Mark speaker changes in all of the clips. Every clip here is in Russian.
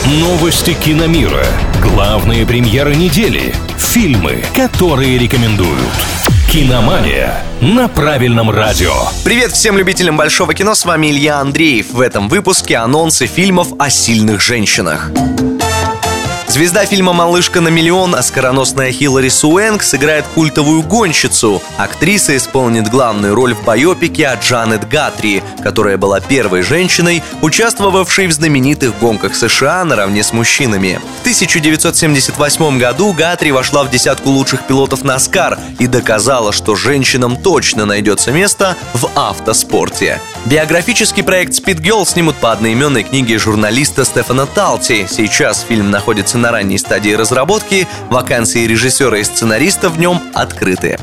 Speaker 1: Новости киномира. Главные премьеры недели. Фильмы, которые рекомендуют. Киномания на правильном радио.
Speaker 2: Привет всем любителям большого кино, с вами Илья Андреев. В этом выпуске анонсы фильмов о сильных женщинах. Звезда фильма «Малышка на миллион», оскароносная Хилари Суэнк, сыграет культовую гонщицу. Актриса исполнит главную роль в байопике о Джанет Гатри, которая была первой женщиной, участвовавшей в знаменитых гонках США наравне с мужчинами. В 1978 году Гатри вошла в десятку лучших пилотов NASCAR и доказала, что женщинам точно найдется место в автоспорте. Биографический проект Speed Girl снимут по одноименной книге журналиста Стефана Талти. Сейчас фильм находится на ранней стадии разработки, вакансии режиссера и сценариста в нем открыты.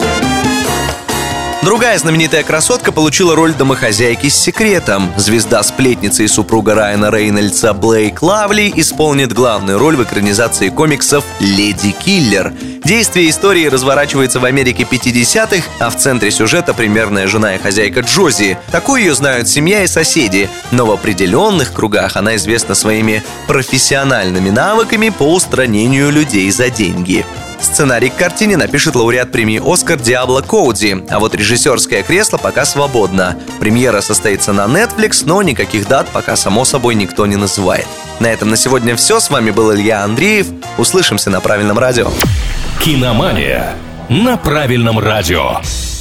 Speaker 2: Другая знаменитая красотка получила роль домохозяйки с секретом. Звезда-сплетница и супруга Райана Рейнольдса Блейк Лавли исполнит главную роль в экранизации комиксов «Леди Киллер». Действие истории разворачивается в Америке 50-х, а в центре сюжета примерная жена и хозяйка Джози. Такую ее знают семья и соседи, но в определенных кругах она известна своими профессиональными навыками по устранению людей за деньги. Сценарий к картине напишет лауреат премии «Оскар» Диабло Коуди, а вот режиссерское кресло пока свободно. Премьера состоится на Netflix, но никаких дат пока, само собой, никто не называет. На этом на сегодня все. С вами был Илья Андреев. Услышимся на правильном радио.
Speaker 1: Киномания на правильном радио.